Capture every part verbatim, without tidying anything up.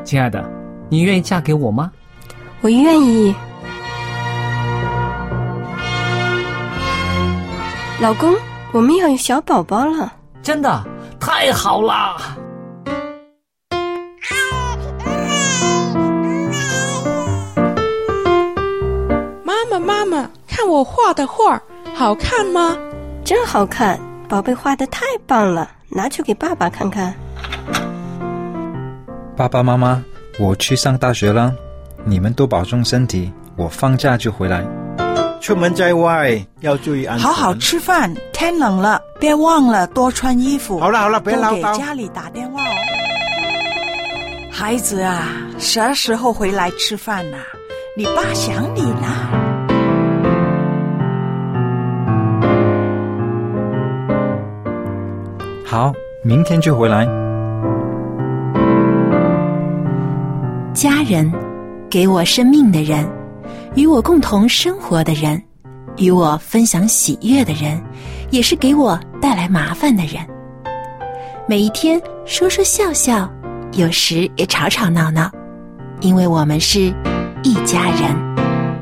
亲爱的，你愿意嫁给我吗？ 我愿意。老公，我们要有小宝宝了。 真的？太好了！ 妈妈妈妈，看我画的画好看吗？ 真好看，宝贝画得太棒了，拿去给爸爸看看。 爸爸妈妈，我去上大学了，你们都保重身体，我放假就回来。 出门在外要注意安全。 好好吃饭，天冷了别忘了多穿衣服。 好了好了，别唠叨。 多给家里打电话哦。孩子啊，啥时候回来吃饭啊？你爸想你呢。 好，明天就回来。 家人，给我生命的人，与我共同生活的人，与我分享喜悦的人，也是给我带来麻烦的人。每一天说说笑笑，有时也吵吵闹闹，因为我们是一家人。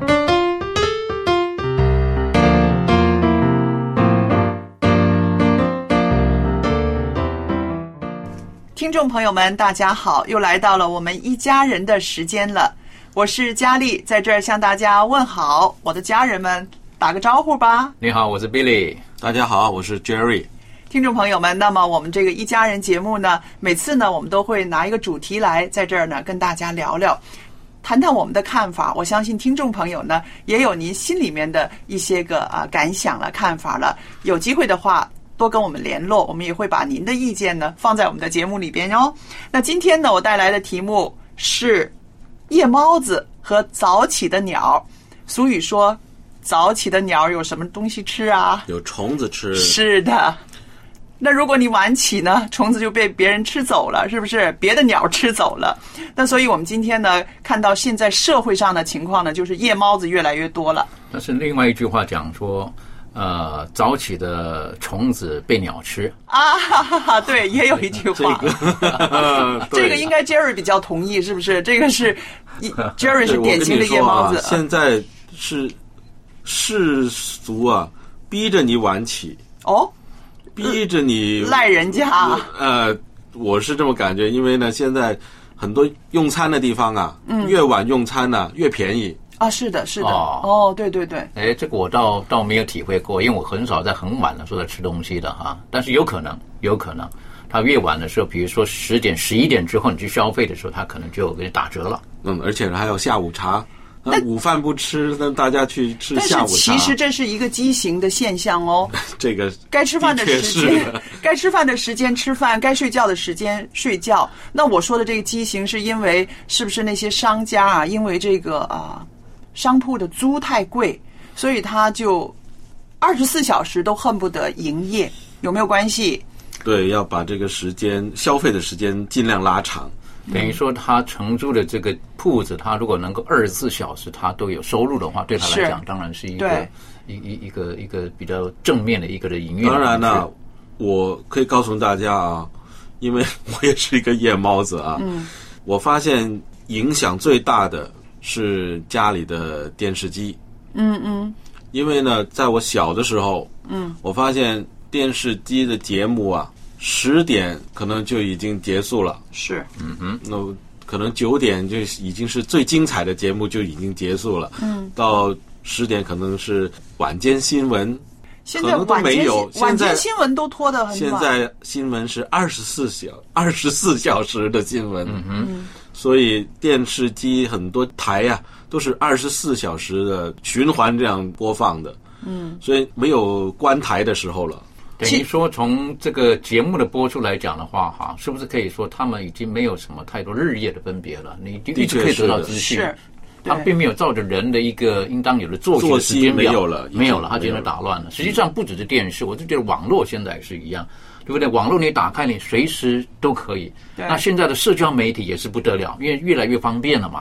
听众朋友们大家好，又来到了我们一家人的时间了，我是佳丽，在这儿向大家问好，我的家人们打个招呼吧。 你好，我是 Billy。 大家好，我是 Jerry。 听众朋友们，那么我们这个一家人节目呢，每次呢我们都会拿一个主题来在这儿呢跟大家聊聊，谈谈我们的看法。我相信听众朋友呢也有您心里面的一些个啊感想了看法了，有机会的话多跟我们联络，我们也会把您的意见呢放在我们的节目里边哦。那今天呢我带来的题目是夜猫子和早起的鸟。俗语说早起的鸟有什么东西吃啊？ 有虫子吃。 是的。那如果你晚起呢，虫子就被别人吃走了，是不是？别的鸟吃走了。那所以我们今天呢看到现在社会上的情况呢，就是夜猫子越来越多了。 但是另外一句话讲说呃，早起的虫子被鸟吃啊，哈哈哈，对，也有一句话，这个、这个应该 Jerry 比较同意，是不是？这个是 Jerry 是典型的夜猫子。 啊、现在是世俗啊，逼着你晚起哦， 逼着你赖人家。 呃，我是这么感觉，因为呢，现在很多用餐的地方啊，嗯、越晚用餐呢、啊、越便宜。 啊，是的，是的，哦，哦对对对， 哎，这个我倒倒没有体会过，因为我很少在很晚的时候在吃东西的哈。但是有可能，有可能，它越晚的时候，比如说十点、十一点之后，你去消费的时候，它可能就给你打折了。 嗯，而且还有下午茶，那午饭不吃，那大家去吃下午茶。 但是其实这是一个畸形的现象哦。 这个该吃饭的时间，该吃饭的时间吃饭，该睡觉的时间睡觉。那我说的这个畸形，是因为是不是那些商家啊，因为这个啊。商铺的租太贵，所以他就二十四小时都恨不得营业，有没有关系？ 对，要把这个时间消费的时间尽量拉长。 等于说他承租的这个铺子，他如果能够二十四小时他都有收入的话，对他来讲当然是一个一一一个一个比较正面的一个的营运。 当然了，我可以告诉大家啊，因为我也是一个夜猫子啊，嗯，我发现影响最大的是家里的电视机。 嗯嗯， 因为呢，在我小的时候，嗯，我发现电视机的节目啊，十点可能就已经结束了。 是， 嗯哼，那可能九点就已经是最精彩的节目就已经结束了。嗯，到十点可能是晚间新闻。 现在晚间晚间新闻都拖得很晚。 现在新闻是二十四小二十四小时的新闻。 嗯哼。 所以电视机很多台啊都是二十四小时的循环这样播放的，嗯，所以没有关台的时候了。 等于说从这个节目的播出来讲的话，哈，是不是可以说他们已经没有什么太多日夜的分别了？你一直可以得到资讯，他并没有照着人的一个应当有的作息的时间表， 没有了， 没有了，他觉得打乱了。实际上不只是电视，我就觉得网络现在也是一样。对不对？网络你打开，你随时都可以。那现在的社交媒体也是不得了，因为越来越方便了嘛。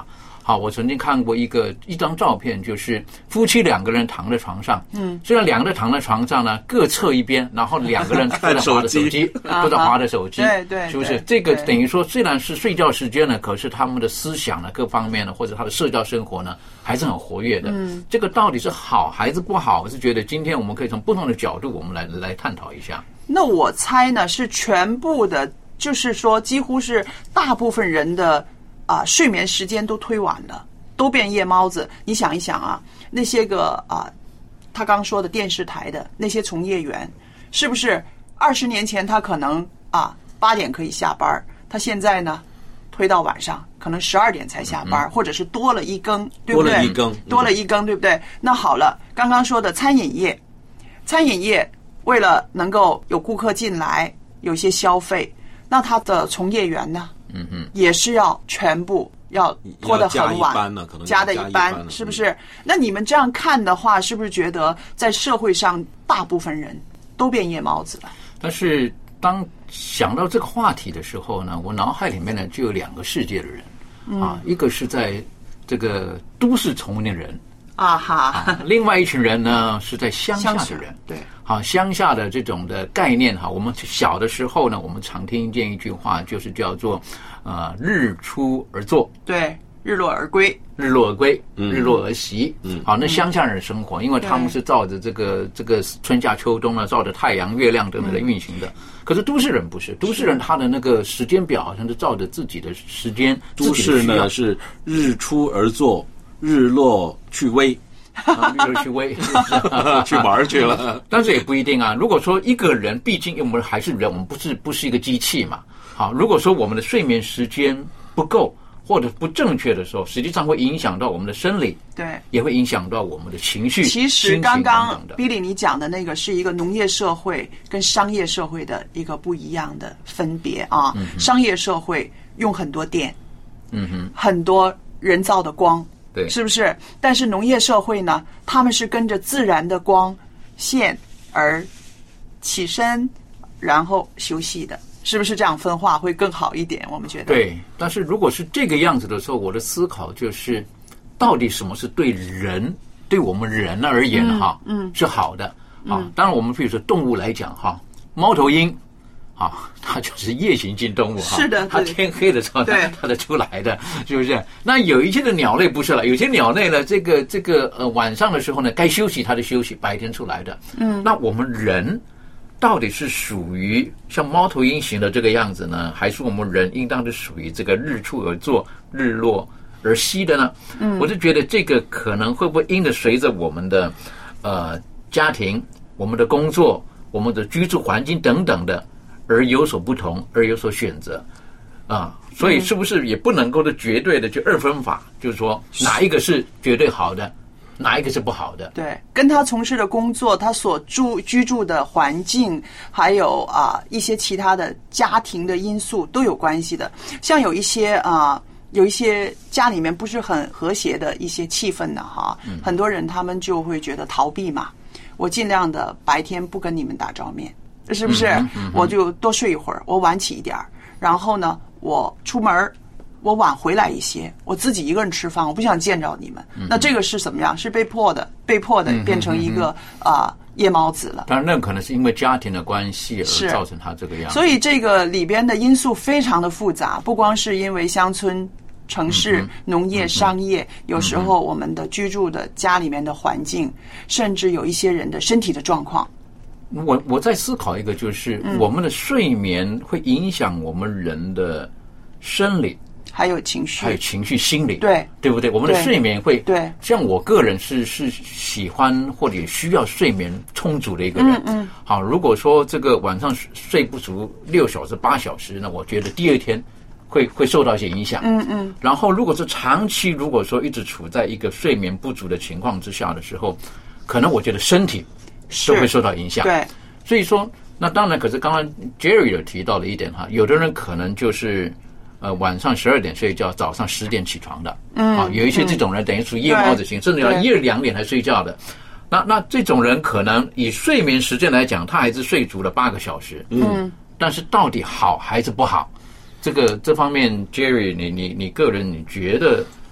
好，我曾经看过一个一张照片，就是夫妻两个人躺在床上，嗯，虽然两个人躺在床上呢，各侧一边，然后两个人都在滑着手机，都在滑着手机， 对对， 是不是？这个等于说，虽然是睡觉时间呢，可是他们的思想呢，各方面呢，或者他的社交生活呢，还是很活跃的。嗯，这个到底是好还是不好？我是觉得今天我们可以从不同的角度，我们来来探讨一下。 那我猜呢，是全部的，就是说，几乎是大部分人的啊、呃、睡眠时间都推晚了，都变夜猫子。你想一想啊，那些个啊、呃，他刚说的电视台的那些从业员，是不是二十年前他可能啊八点可以下班，他现在呢推到晚上，可能十二点才下班，嗯、或者是多了一更，对不对？ 多了一更， 多了一更，对不对？那好了，刚刚说的餐饮业，餐饮业。为了能够有顾客进来，有一些消费，那他的从业员呢，嗯嗯，也是要全部要拖得很晚，加的一班，是不是？那你们这样看的话，是不是觉得在社会上大部分人都变夜猫子了？ 但是当想到这个话题的时候呢，我脑海里面呢就有两个世界的人、嗯、啊，一个是在这个都市从业的人。 啊哈、 啊，另外一群人呢是在乡下的人， 对， 好，乡下的这种的概念哈，我们小的时候呢，我们常听见一句话，就是叫做呃日出而作， 对，日落而归， 日落而归，日落而息，嗯，好，那乡下人生活，因为他们是照着这个这个春夏秋冬呢，照着太阳、月亮等等来运行的。嗯、可是都市人不是，都市人他的那个时间表好像是照着自己的时间， 都市呢是日出而作。日落去微， 啊、日落去微， 去玩去了。 但是也不一定啊。如果说一个人，毕竟我们还是人，我们不是不是一个机器嘛。好，如果说我们的睡眠时间不够或者不正确的时候，实际上会影响到我们的生理， 对， 也会影响到我们的情绪。 其实刚刚 Billy 你讲的那个是一个农业社会跟商业社会的一个不一样的分别啊。嗯、商业社会用很多电，嗯哼，很多人造的光。 对， 是不是？但是农业社会呢，他们是跟着自然的光线而起身，然后休息的，是不是这样分化会更好一点？我们觉得对。但是如果是这个样子的时候，我的思考就是，到底什么是对人，对我们人而言哈，嗯，是好的啊。当然，我们比如说动物来讲哈，猫头鹰。啊，它就是夜行性动物哈， 是的， 它天黑的时候它它才出来的，是不是？那有一些的鸟类不是了，有些鸟类呢，这个这个呃晚上的时候呢，该休息它的休息，白天出来的。嗯，那我们人到底是属于像猫头鹰型的这个样子呢，还是我们人应当是属于这个日出而作，日落而息的呢？嗯，我就觉得这个可能会不会因着随着我们的呃家庭、我们的工作、我们的居住环境等等的。而有所不同，而有所选择，啊，所以是不是也不能够的绝对的就二分法，就是说哪一个是绝对好的，哪一个是不好的？ 对，跟他从事的工作，他所住居住的环境，还有啊一些其他的家庭的因素都有关系的。像有一些啊，有一些家里面不是很和谐的一些气氛的哈，嗯、很多人他们就会觉得逃避嘛，我尽量的白天不跟你们打照面。是不是、嗯嗯、我就多睡一会儿，我晚起一点，然后呢我出门我晚回来一些，我自己一个人吃饭，我不想见着你们、嗯、那这个是怎么样？是被迫的被迫的变成一个啊、呃、夜猫子了。 当然那可能是因为家庭的关系而造成他这个样子， 所以这个里边的因素非常的复杂，不光是因为乡村城市、嗯、农业、嗯、商业、嗯、有时候我们的居住的家里面的环境、嗯、甚至有一些人的身体的状况。 我我在思考一个，就是我们的睡眠会影响我们人的生理， 还有情绪， 还有情绪、心理， 对对不对？我们的睡眠会对， 像我个人是是喜欢或者需要睡眠充足的一个人。嗯嗯。好，如果说这个晚上睡不足六小时、八小时，那我觉得第二天会会受到一些影响。嗯嗯。然后，如果是长期，如果说一直处在一个睡眠不足的情况之下的时候，可能我觉得身体都会受到影响。 对， 所以说，那当然，可是刚刚 Jerry 有提到了一点哈，有的人可能就是呃晚上十二点睡觉，早上十点起床的，嗯，啊，有一些这种人等于属于夜猫子型，甚至要一两点才睡觉的。那那这种人可能以睡眠时间来讲，他还是睡足了八个小时，嗯，但是到底好还是不好？这个这方面 ，Jerry， 你你你个人你觉得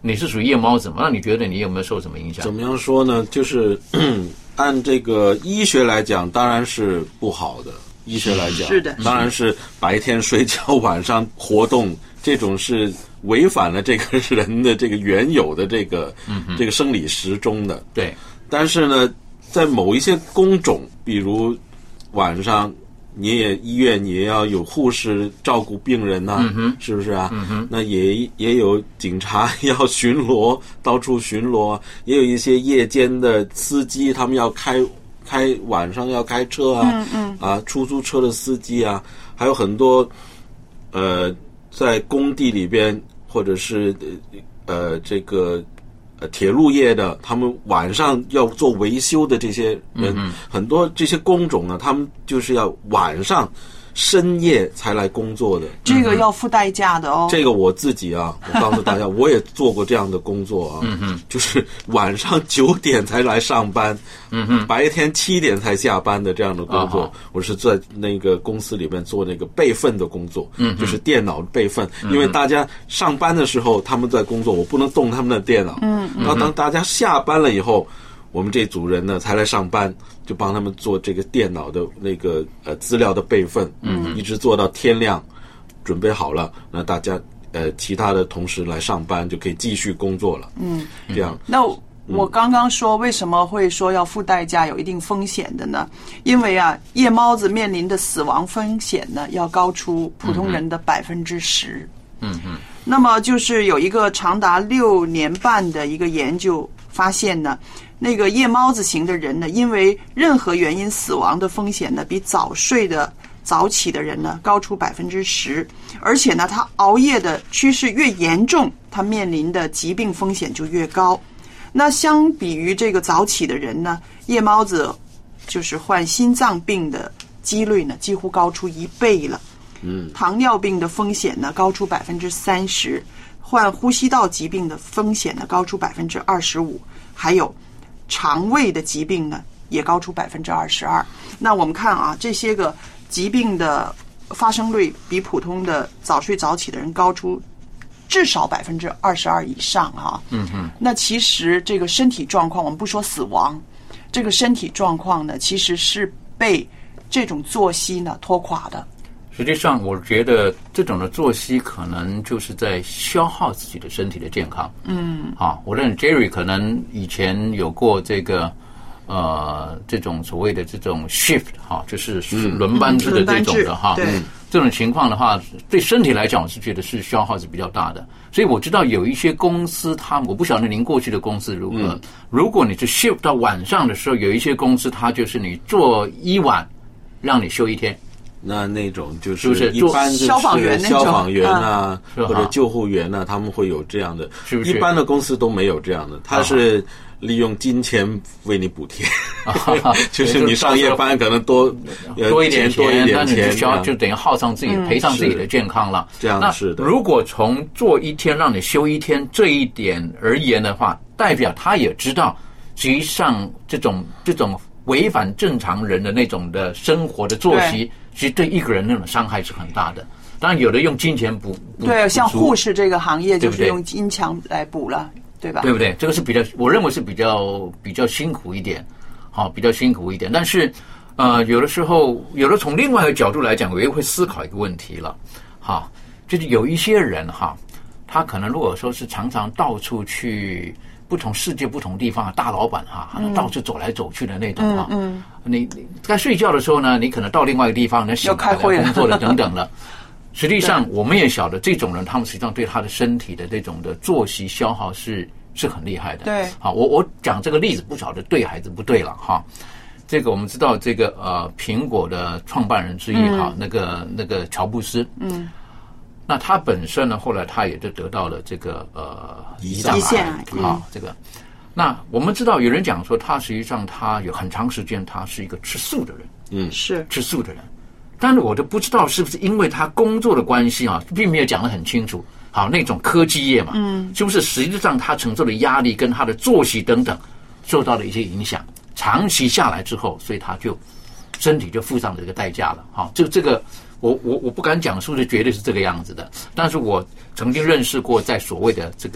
你是属于夜猫子嘛？那你觉得你有没有受什么影响？ 怎么样说呢？就是按这个医学来讲，当然是不好的。医学来讲， 是的， 当然是白天睡觉，晚上活动，这种是违反了这个人的这个原有的这个、嗯、这个生理时钟的。 对，但是呢，在某一些工种，比如晚上你也医院也要有护士照顾病人呐、啊嗯，是不是啊？嗯、那也也有警察要巡逻，到处巡逻，也有一些夜间的司机，他们要开。开晚上要开车啊，嗯嗯啊，出租车的司机啊，还有很多呃，在工地里边或者是呃这个呃铁路业的，他们晚上要做维修的这些人，嗯、很多这些工种呢，他们就是要晚上深夜才来工作的， 这个要付代价的哦。 这个我自己啊，我告诉大家，我也做过这样的工作啊，嗯哼，就是晚上九点才来上班，嗯哼，白天七点才下班的这样的工作。哦、我是在那个公司里面做那个备份的工作，嗯，就是电脑备份，嗯、因为大家上班的时候他们在工作，我不能动他们的电脑，嗯，然后当大家下班了以后。我们这组人呢才来上班，就帮他们做这个电脑的那个呃资料的备份，嗯，一直做到天亮，准备好了，那大家呃其他的同事来上班就可以继续工作了，嗯，这样。 那我刚刚说为什么会说要付代价，有一定风险的呢？因为啊，夜猫子面临的死亡风险呢要高出普通人的百分之十，嗯嗯。那么就是有一个长达六年半的一个研究发现呢。那个夜猫子型的人呢，因为任何原因死亡的风险呢，比早睡的早起的人呢高出百分之十，而且呢，他熬夜的趋势越严重，他面临的疾病风险就越高。那相比于这个早起的人呢，夜猫子就是患心脏病的几率呢，几乎高出一倍了。嗯，糖尿病的风险呢高出百分之三十，患呼吸道疾病的风险呢高出百分之二十五，还有。肠胃的疾病呢，也高出百分之二十二。那我们看啊，这些个疾病的发生率比普通的早睡早起的人高出至少百分之二十二以上哈、啊。嗯嗯。那其实这个身体状况，我们不说死亡，这个身体状况呢，其实是被这种作息呢拖垮的。 实际上，我觉得这种的作息可能就是在消耗自己的身体的健康。嗯，啊，我认为 Jerry 可能以前有过这个呃这种所谓的这种 shift 哈、啊，就是轮班制的这种的哈。 对、嗯， 这种情况的话，对身体来讲，我是觉得是消耗是比较大的。所以我知道有一些公司，它我不晓得您过去的公司如何。嗯、如果你是 shift 到晚上的时候，有一些公司它就是你做一晚，让你休一天。 那那种就是一般就是消防员消防员啊，或者救护员啊，他们会有这样的。 是不是？ 一般的公司都没有这样的，他是利用金钱为你补贴，就是你上夜班可能多多一点钱，多一点钱， 那你就需要就等于耗上自己、赔上自己的健康了。 这样是的。 如果从做一天让你休一天这一点而言的话，代表他也知道，实际上这种这种违反正常人的那种的生活的作息。其实对一个人那种伤害是很大的，当然有的用金钱补， 对，像护士这个行业就是用金钱来补了，对吧？ 对不对？这个是比较，我认为是比较比较辛苦一点，好，比较辛苦一点。但是，呃，有的时候，有的从另外一个角度来讲，我也会思考一个问题了，哈，就是有一些人哈，他可能如果说是常常到处去。不同世界、不同地方，大老板哈、啊，到处走来走去的那种啊。嗯，嗯你你在睡觉的时候呢，你可能到另外一个地方，你醒来了、工作了等等了。实际上，我们也晓得这种人，他们实际上对他的身体的这种的作息消耗是是很厉害的。 对， 好，我我讲这个例子不晓得对还是不对了哈。这个我们知道，这个呃，苹果的创办人之一哈、嗯，那个那个乔布斯，嗯。那他本身呢，后来他也就得到了这个呃胰脏癌啊，这个。那我们知道有人讲说，他实际上他有很长时间他是一个吃素的人， 嗯，是吃素的人。但是我都不知道是不是因为他工作的关系啊，并没有讲得很清楚。好，那种科技业嘛，嗯，是不是实际上他承受的压力跟他的作息等等受到了一些影响，长期下来之后，所以他就身体就付上了这个代价了。好，这这个。我我我不敢讲，是不是绝对是这个样子的？但是我曾经认识过，在所谓的这个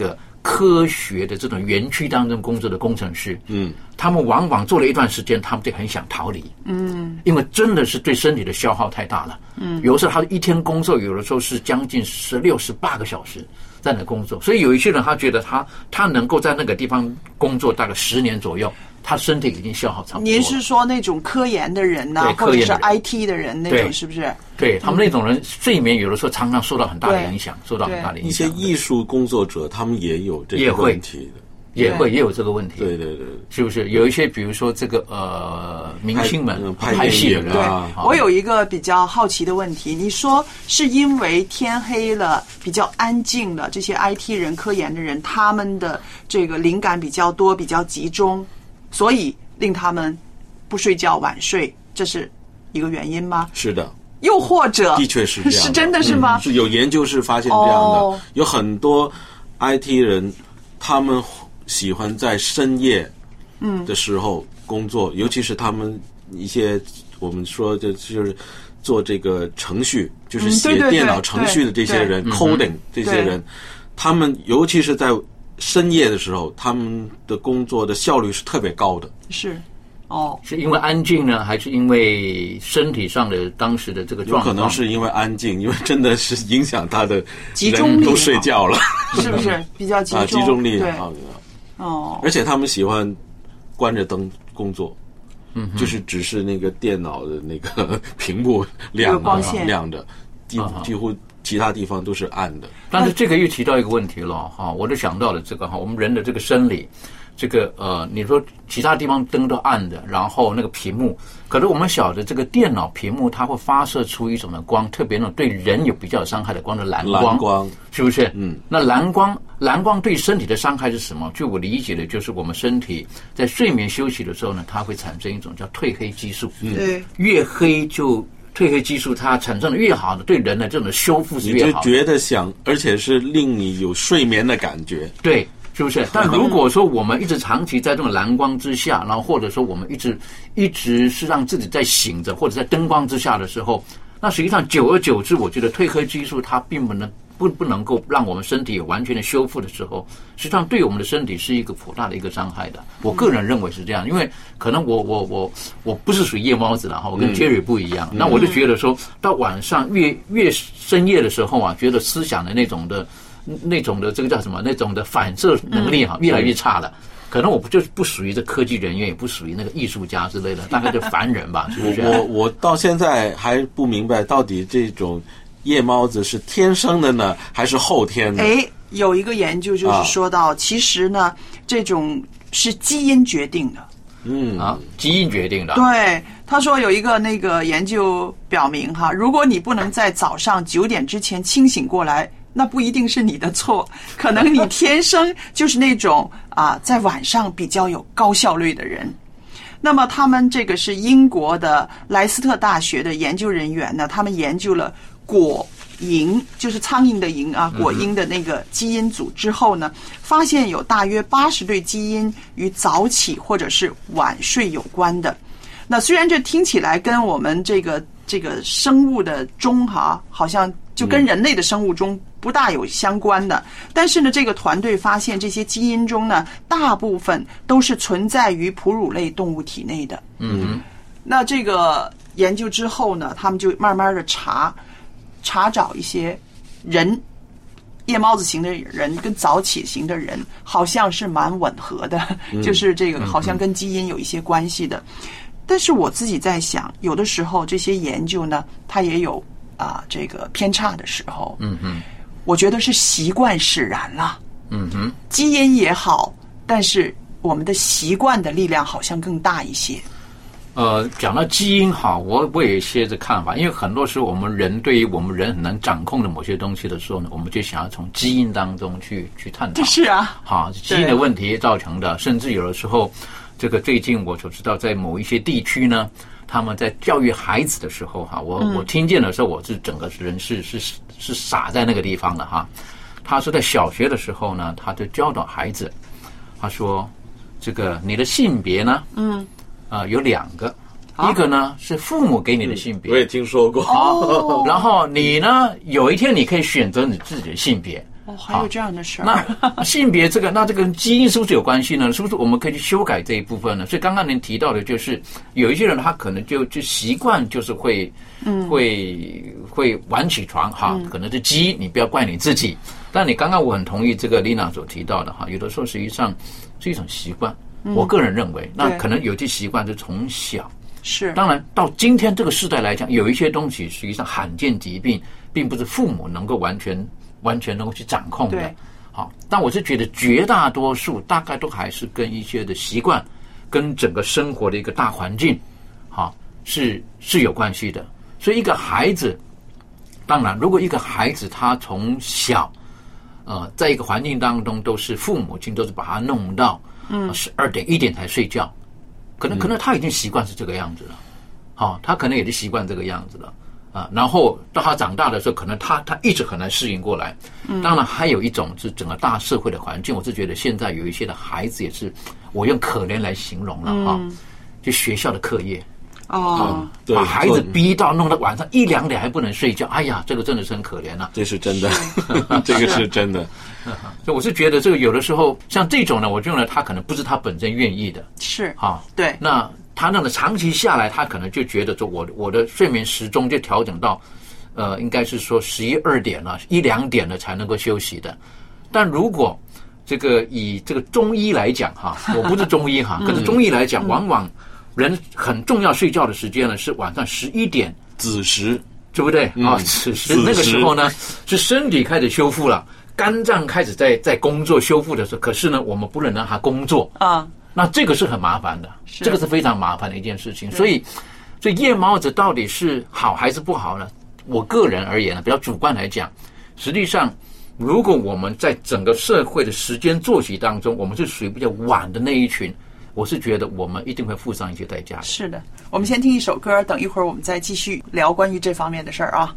科学的这种园区当中工作的工程师，嗯，他们往往做了一段时间，他们就很想逃离，嗯，因为真的是对身体的消耗太大了，嗯，有的时候他一天工作，有的时候是将近十六、十八个小时在那工作，所以有一些人他觉得他他能够在那个地方工作大概十年左右。他身体已经消耗差不多了。 您是说那种科研的人呐、啊，或者是 I T 的人那种，是不是？ 对他们那种人，睡眠有的时候常常受到很大的影响，受到很大的影响。 一些艺术工作者，他们也有这个问题的， 也会也有这个问题。 对对对， 是不是？有一些比如说这个呃明星们拍戏的人， 对，我有一个比较好奇的问题，你说是因为天黑了，比较安静了，这些 I T 人、科研的人，他们的这个灵感比较多，比较集中，所以令他们不睡觉晚睡，这是一个原因吗？ 是的。 又或者的确是这样的， 是真的是吗？ 嗯、是有研究是发现这样的，哦、有很多 I T 人，他们喜欢在深夜嗯的时候工作，嗯、尤其是他们一些我们说的就是做这个程序，就是写电脑程序的这些人、嗯、，coding 这些人，他们尤其是在深夜的时候，他们的工作的效率是特别高的。 是，哦， 是因为安静呢，还是因为身体上的当时的这个状况？ 有可能是因为安静，因为真的是影响他的集中力， 都睡觉了， 是不是比较集中？ 啊，集中力对， 啊， 哦， 而且他们喜欢关着灯工作。嗯，就是只是那个电脑的那个屏幕亮着亮着，几几乎其他地方都是暗的。 但是这个又提到一个问题了哈，我就想到了这个哈，我们人的这个生理，这个呃，你说其他地方灯都暗的，然后那个屏幕，可是我们晓得这个电脑屏幕它会发射出一种的光，特别那种对人有比较有伤害的光的蓝光， 蓝光是不是？ 嗯， 那蓝光蓝光对身体的伤害是什么？据我理解的，就是我们身体在睡眠休息的时候呢，它会产生一种叫褪黑激素， 嗯，对， 越黑就。褪黑激素它产生的越好的，对人的这种修复是越好的， 你就觉得想，而且是令你有睡眠的感觉， 对，是不是？但如果说我们一直长期在这种蓝光之下，然后或者说我们一直一直是让自己在醒着，或者在灯光之下的时候，那实际上久而久之，我觉得褪黑激素它并不能不不能够让我们身体有完全的修复的时候，实际上对我们的身体是一个颇大的一个伤害的。我个人认为是这样，因为可能我我我我不是属于夜猫子了哈，我跟 Jerry 不一样。嗯、那我就觉得说到晚上越越深夜的时候啊，觉得思想的那种的那种的这个叫什么那种的反射能力哈、啊、越来越差了。可能我不就是不属于这科技人员，也不属于那个艺术家之类的，大概就凡人吧，是不是？ 我我到现在还不明白，到底这种夜猫子是天生的呢，还是后天的？ 哎，有一个研究就是说到，啊、其实呢，这种是基因决定的。 嗯啊，基因决定的。 对，他说有一个那个研究表明哈，如果你不能在早上九点之前清醒过来，那不一定是你的错，可能你天生就是那种啊，在晚上比较有高效率的人。那么他们这个是英国的莱斯特大学的研究人员呢，他们研究了果蝇，就是苍蝇的蝇啊，果蝇的那个基因组之后呢，发现有大约八十对基因与早起或者是晚睡有关的。那虽然这听起来跟我们这个这个生物的钟哈，好像就跟人类的生物钟不大有相关的，但是呢，这个团队发现这些基因中呢，大部分都是存在于哺乳类动物体内的。 嗯， 那这个研究之后呢，他们就慢慢的查查找一些人，夜猫子型的人跟早起型的人好像是蛮吻合的，嗯、就是这个好像跟基因有一些关系的。嗯、但是我自己在想，有的时候这些研究呢，它也有啊这个偏差的时候。 嗯嗯， 我觉得是习惯使然了。 嗯哼， 基因也好，但是我们的习惯的力量好像更大一些。 呃，讲到基因哈，我我有一些的看法，因为很多时候我们人对于我们人很难掌控的某些东西的时候呢，我们就想要从基因当中去去探讨。 是啊， 好，基因的问题造成的，甚至有的时候，这个最近我所知道，在某一些地区呢，他们在教育孩子的时候哈，我、嗯、我听见的时候，我是整个人是是是傻在那个地方的哈。他是在小学的时候呢，他就教导孩子，他说，这个你的性别呢， 嗯。 啊、呃，有两个，一个呢是父母给你的性别， 我也听说过。 哦， 然后你呢，有一天你可以选择你自己的性别。 哦，还有这样的事儿。 那性别这个，那这个跟基因是不是有关系呢？是不是我们可以去修改这一部分呢？所以刚刚您提到的就是，有一些人他可能就就习惯就是会，嗯，会会晚起床哈，嗯、可能是基因，你不要怪你自己。但你刚刚我很同意这个丽娜所提到的哈，有的时候实际上是一种习惯。嗯、我个人认为，那可能有些习惯是从小。 是， 当然到今天这个时代来讲，有一些东西实际上罕见疾病，并不是父母能够完全完全能够去掌控的。好，但我是觉得绝大多数大概都还是跟一些的习惯，跟整个生活的一个大环境，好是是有关系的。所以一个孩子，当然如果一个孩子他从小，呃，在一个环境当中都是父母亲都是把他弄到嗯十二点一点才睡觉。可能可能他已经习惯是这个样子了，好、哦，他可能也就习惯这个样子了啊。然后到他长大的时候，可能他他一直很难适应过来。嗯，当然还有一种是整个大社会的环境，我是觉得现在有一些的孩子也是，我用可怜来形容了哈、嗯哦，就学校的课业哦， 嗯、把孩子逼到弄到晚上一两点还不能睡觉，哎呀，这个真的是很可怜啊。 这是真的，这个是真的。 所以我是觉得这个有的时候像这种呢，我认为他可能不是他本身愿意的， 是哈， 对。 那他那个长期下来，他可能就觉得说我我的睡眠时钟就调整到，呃，应该是说十一二点了，一两点了才能够休息的。但如果这个以这个中医来讲哈，我不是中医哈，可是中医来讲，往往人很重要睡觉的时间呢是晚上十一点子时， 对不对啊、嗯？此时那个时候呢，是身体开始修复了。肝脏开始在在工作修复的时候，可是呢，我们不能让它工作啊，那这个是很麻烦的，这个是非常麻烦的一件事情。所以，所以夜猫子到底是好还是不好呢？我个人而言呢，比较主观来讲，实际上，如果我们在整个社会的时间作息当中，我们是属于比较晚的那一群，我是觉得我们一定会付上一些代价的。 是的，我们先听一首歌，等一会儿我们再继续聊关于这方面的事儿啊。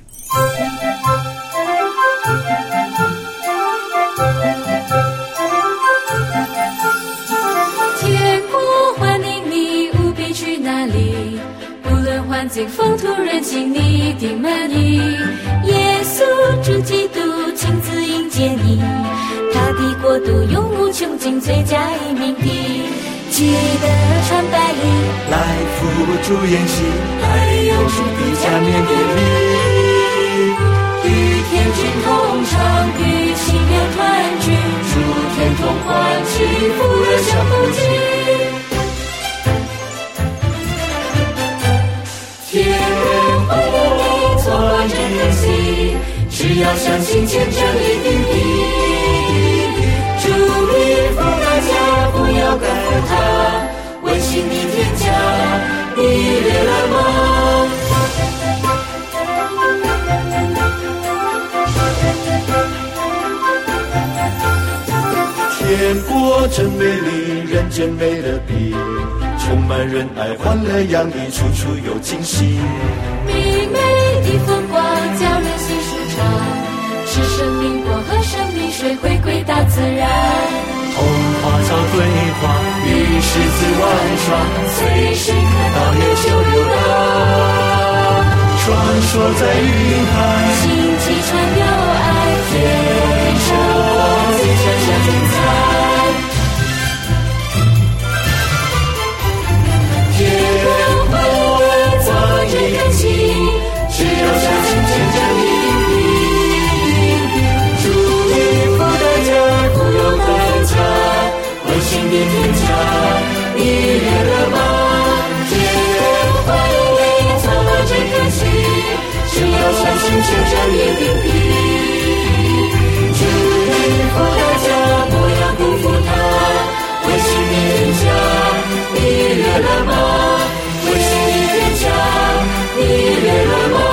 天国欢迎你，务必去哪里？无论环境、风土人情，你一定满意。耶稣主基督亲自迎接你，他的国度永无穷尽，最佳移民地。记得穿白衣来辅助演习，还有主的加冕典礼。与天君同唱，与奇妙团聚，诸天同欢喜，福乐相同济。天人欢迎你，错乱真可惜，只要相信见证一定必。祝你福大家，不要辜负他，温馨的天家，你列了吗？天国真美丽，人间美了比，充满仁爱，欢乐洋溢，处处有惊喜。 明媚的风光叫人心舒畅，是生命光和生命水回归大自然。 红花草对话，与狮子玩耍，随时看到野兽流浪。传说在云海， 星际传有爱，天空生活最闪闪精彩。 天人欢迎在一人心，只要相信见证一定必。祝你福大家，不用害怕，温馨的天家，你列了吗？天人欢迎你，错了真可惜，只要相信见证一定必。祝你福大家，不要辜负他，温馨的天家，你列了吗？温馨的天家，你列了吗？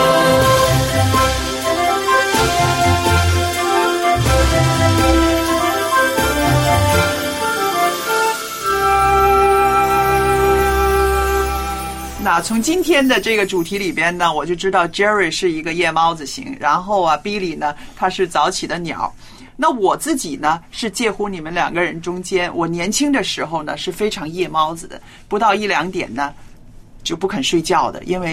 那从今天的这个主题里边呢，我就知道 Jerry 是一个夜猫子型，然后啊 Billy 呢他是早起的鸟。那我自己呢是介乎你们两个人中间，我年轻的时候呢是非常夜猫子的，不到一两点呢就不肯睡觉的，因为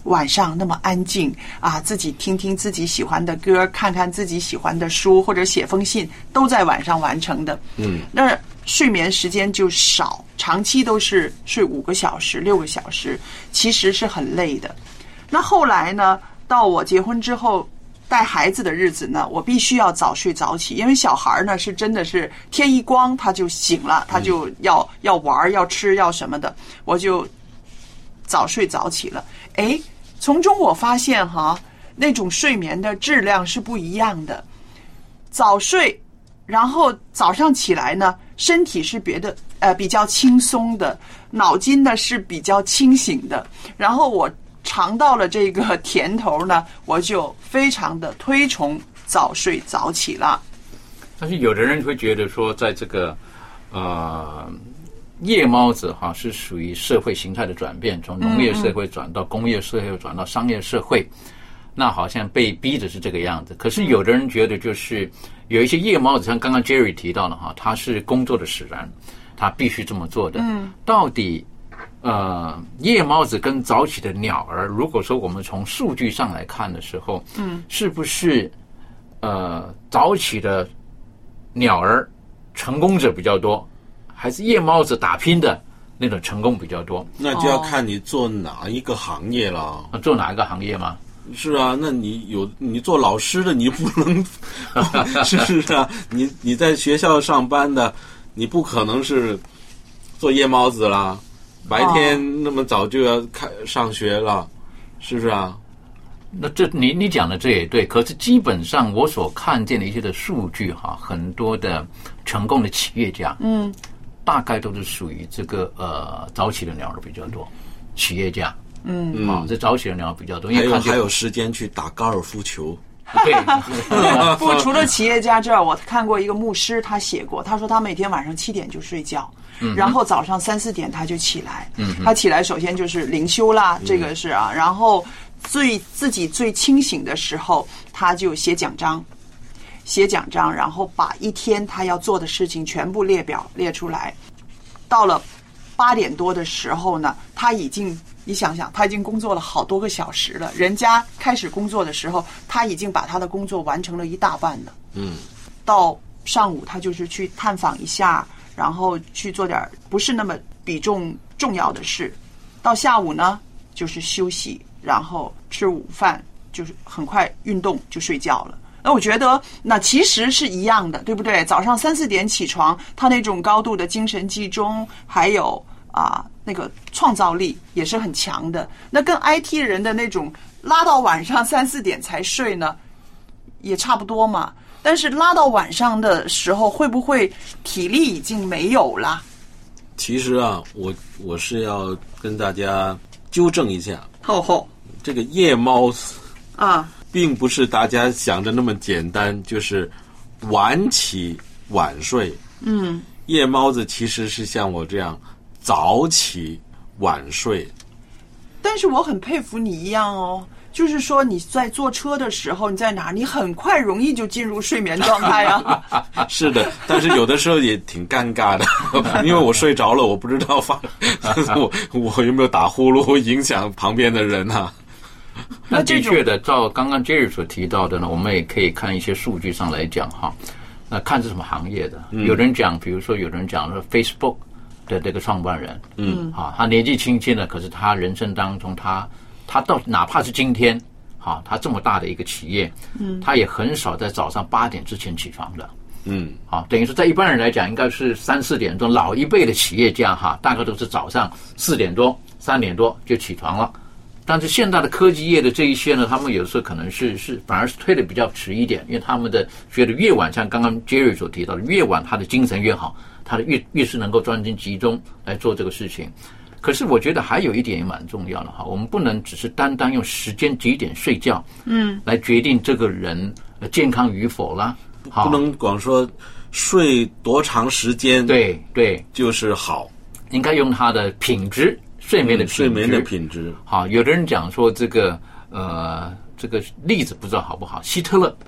晚上那么安静啊，自己听听自己喜欢的歌，看看自己喜欢的书，或者写封信，都在晚上完成的。 嗯， 那睡眠时间就少，长期都是睡五个小时、六个小时，其实是很累的。那后来呢，到我结婚之后带孩子的日子呢，我必须要早睡早起，因为小孩呢是真的是天一光他就醒了，他就要要玩要吃要什么的，我就早睡早起了。诶，从中我发现哈，那种睡眠的质量是不一样的。早睡，然后早上起来呢，身体是别的呃比较轻松的，脑筋呢是比较清醒的，然后我尝到了这个甜头呢，我就非常的推崇早睡早起了。 但是有的人会觉得说，在这个呃夜猫子哈是属于社会形态的转变，从农业社会转到工业社会，转到商业社会，那好像被逼的是这个样子。可是有的人觉得，就是有一些夜猫子，像刚刚 Jerry 提到了哈，他是工作的使然，他必须这么做的。嗯，到底呃夜猫子跟早起的鸟儿，如果说我们从数据上来看的时候，嗯，是不是呃早起的鸟儿成功者比较多，还是夜猫子打拼的那种成功比较多？ 那就要看你做哪一个行业了。 哦、做哪一个行业吗？ 是啊，那你有你做老师的，你不能是是啊，你你在学校上班的，你不可能是做夜猫子啦，白天那么早就要开上学了，是不是啊？ 那这你你讲的这也对，可是基本上我所看见的一些的数据哈，很多的成功的企业家，嗯，大概都是属于这个呃早起的鸟儿比较多，企业家，嗯，啊，这早起的鸟儿比较多，因为还有还有时间去打高尔夫球。 对， 不，除了企业家之外，我看过一个牧师，他写过，他说他每天晚上七点就睡觉，嗯、然后早上三四点他就起来，嗯，他起来首先就是灵修啦，这个是啊，然后最自己最清醒的时候，他就写讲章，写讲章，然后把一天他要做的事情全部列表列出来，到了八点多的时候呢，他已经。你想想，他已经工作了好多个小时了。人家开始工作的时候，他已经把他的工作完成了一大半了。嗯，到上午他就是去探访一下，然后去做点不是那么比重重要的事。到下午呢，就是休息，然后吃午饭，就是很快运动就睡觉了。那我觉得那其实是一样的，对不对？早上三四点起床，他那种高度的精神集中，还有啊。那个创造力也是很强的，那跟 I T 人的那种拉到晚上三四点才睡呢，也差不多嘛。但是拉到晚上的时候，会不会体力已经没有了？ 其实啊，我我是要跟大家纠正一下， 吼吼， 这个夜猫子啊， 并不是大家想的那么简单，就是晚起晚睡。嗯，夜猫子其实是像我这样。早起晚睡， 但是我很佩服你一样哦，就是说你在坐车的时候，你在哪，你很快容易就进入睡眠状态啊。 是的，但是有的时候也挺尴尬的，因为我睡着了，我不知道发我我有没有打呼噜影响旁边的人啊。 那的确的，照刚刚 Jerry 所提到的呢，我们也可以看一些数据上来讲哈。那看是什么行业的，嗯、有人讲，比如说有人讲说 Facebook。的这个创办人，嗯，好，他年纪轻轻的，可是他人生当中，他他到哪怕是今天，好，他这么大的一个企业，嗯，他也很少在早上八点之前起床的，嗯，好，等于说在一般人来讲，应该是三四点钟，老一辈的企业家哈，大概都是早上四点多、三点多就起床了。但是现在的科技业的这一些呢，他们有时候可能是是反而是推的比较迟一点，因为他们的觉得越晚，像刚刚 Jerry 所提到的，越晚他的精神越好。他的越越是能够专心集中来做这个事情，可是我觉得还有一点也蛮重要的哈，我们不能只是单单用时间几点睡觉，嗯，来决定这个人健康与否啦。 不能光说睡多长时间， 对对， 就是好， 应该用他的品质，睡眠的品质， 嗯、睡眠的品质。 好，有的人讲说这个呃这个例子不知道好不好，希特勒。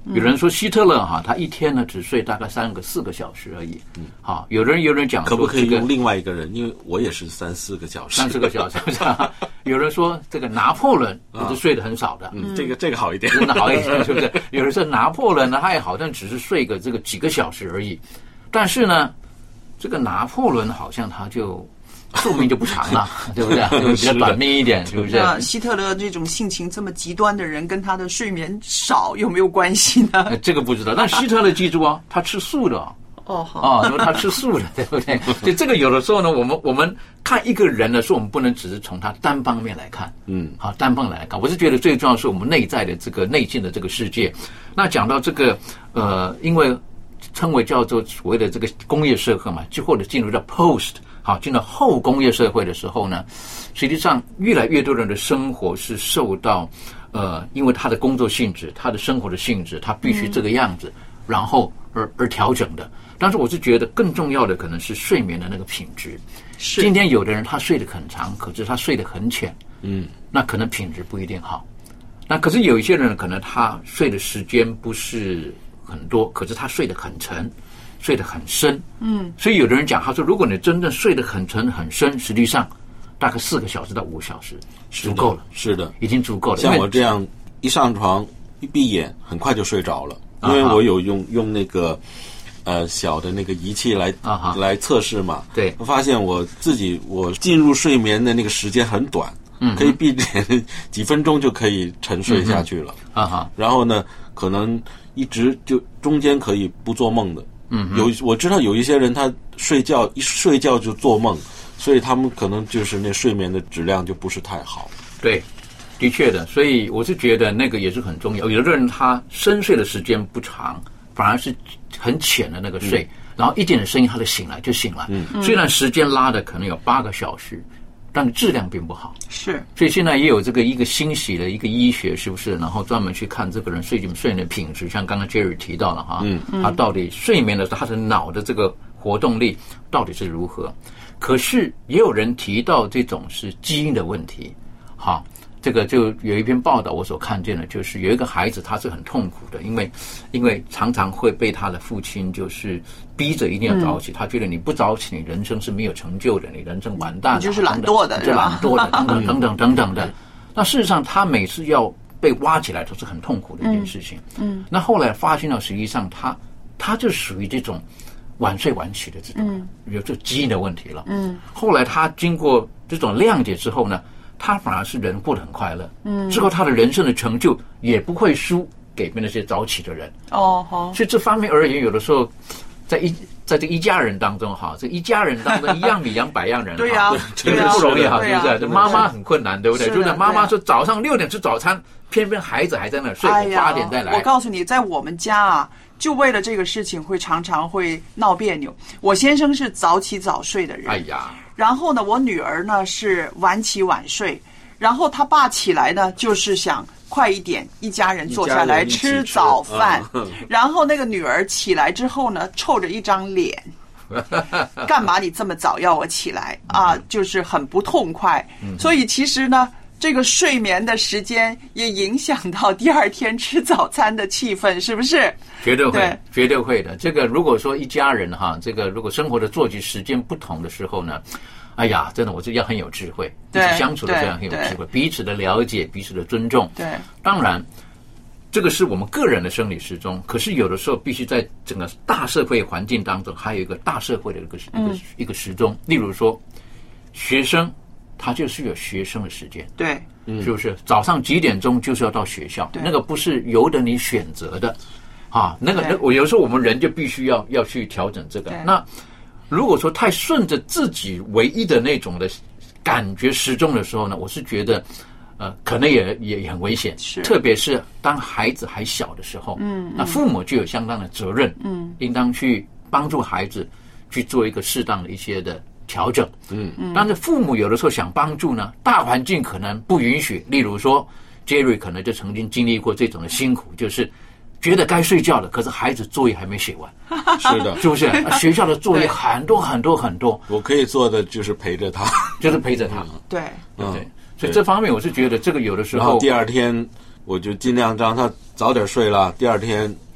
有人说希特勒哈，他一天呢只睡大概三个四个小时而已。嗯，好，有人有人讲说、 这个、可不可以用另外一个人？因为我也是三四个小时， 三四个小时。有人说这个拿破仑也是睡得很少的， 啊、嗯，这个这个好一点， 真的好一点，是不是？有人说拿破仑呢，他也好像只是睡个这个几个小时而已，但是呢，这个拿破仑好像他就。寿命就不长了，对不对？就比较短命一点，是不是？ 那希特勒这种性情这么极端的人，跟他的睡眠少有没有关系呢？ 呃、这个不知道。但希特勒记住啊，他吃素的哦，好啊，因为他吃素的，对不对？所以这个有的时候呢，我们我们看一个人的时候，我们不能只是从他单方面来看，嗯，好，单方面来看。我是觉得最重要的是我们内在的这个内心的这个世界。那讲到这个，呃，因为称为叫做所谓的这个工业社会嘛，就或者进入到 post。好，进到后工业社会的时候呢，实际上越来越多人的生活是受到呃，因为他的工作性质、他的生活的性质，他必须这个样子，嗯、然后而而调整的。但是我是觉得更重要的可能是睡眠的那个品质。 是， 今天有的人他睡得很长，可是他睡得很浅，嗯，那可能品质不一定好。那可是有一些人可能他睡的时间不是很多，可是他睡得很沉。睡得很深，嗯，所以有的人讲，他说，如果你真正睡得很沉很深，实际上大概四个小时到五小时足够了， 是的， 已经足够了。 像我这样一上床一闭眼，很快就睡着了，因为我有用用那个呃小的那个仪器来啊来测试嘛， 对， 我发现我自己我进入睡眠的那个时间很短，嗯，可以闭眼几分钟就可以沉睡下去了，啊哈，然后呢，可能一直就中间可以不做梦的。嗯，有我知道有一些人他睡觉一睡觉就做梦，所以他们可能就是那睡眠的质量就不是太好。 对，的确的，所以我是觉得那个也是很重要。有的人他深睡的时间不长，反而是很浅的那个睡，嗯、然后一点的声音他就醒来就醒来。嗯，虽然时间拉的可能有八个小时，但质量并不好。 是， 所以现在也有这个一个欣喜的一个医学，是不是？然后专门去看这个人睡睡眠的品质，像刚刚 Jerry 提到了哈，嗯，他到底睡眠的时候他的脑的这个活动力到底是如何？可是也有人提到这种是基因的问题，好。这个就有一篇报道，我所看见的就是有一个孩子，他是很痛苦的，因为因为常常会被他的父亲就是逼着一定要早起，嗯、他觉得你不早起，你人生是没有成就的，你人生完蛋了， 你就是懒惰的， 就懒惰的，等等等等等等的。那事实上，他每次要被挖起来都是很痛苦的一件事情。嗯，嗯那后来发现到，实际上他他就属于这种晚睡晚起的这种，嗯、有这基因的问题了。嗯，后来他经过这种谅解之后呢。他反而是人过得很快乐，嗯，之后他的人生的成就也不会输给那些早起的人， 哦，好， 所以这方面而言，有的时候在一在这一家人当中哈，这一家人当中一样米养百样人， 对呀， 真的不容易哈，是不是？这妈妈很困难，对不对？就是妈妈说早上六点吃早餐，偏偏孩子还在那睡，八点再来。 我告诉你，在我们家啊，就为了这个事情会常常会闹别扭。我先生是早起早睡的人， 哎呀。 然后呢，我女儿呢是晚起晚睡，然后他爸起来呢就是想快一点，一家人坐下来吃早饭。嗯、然后那个女儿起来之后呢，臭着一张脸，干嘛你这么早要我起来啊？就是很不痛快。嗯、所以其实呢，这个睡眠的时间也影响到第二天吃早餐的气氛，是不是？ 绝对会，绝对会的。这个如果说一家人哈，这个如果生活的作息时间不同的时候呢，哎呀，真的我是要很有智慧，一起相处的这样很有智慧，彼此的了解，彼此的尊重。 对， 当然这个是我们个人的生理时钟，可是有的时候必须在整个大社会环境当中，还有一个大社会的一个、嗯、一个一个时钟。例如说，学生他就是有学生的时间， 对， 是不是？早上几点钟就是要到学校，那个不是由得你选择的。啊，那个，那我有时候我们人就必须要要去调整这个。那如果说太顺着自己唯一的那种的感觉时钟的时候呢，我是觉得，呃，可能也也也很危险。 是， 特别是当孩子还小的时候，嗯，那父母就有相当的责任，嗯，应当去帮助孩子去做一个适当的一些的调整，嗯嗯。但是父母有的时候想帮助呢，大环境可能不允许。例如说 ，Jerry 可能就曾经经历过这种的辛苦，就是。觉得该睡觉了，可是孩子作业还没写完， 是的， 是不是？学校的作业很多很多很多， 我可以做的就是陪着他， 就是陪着他， 对， 对不对？所以这方面我是觉得这个有的时候， 然后第二天我就尽量让他早点睡了，第二天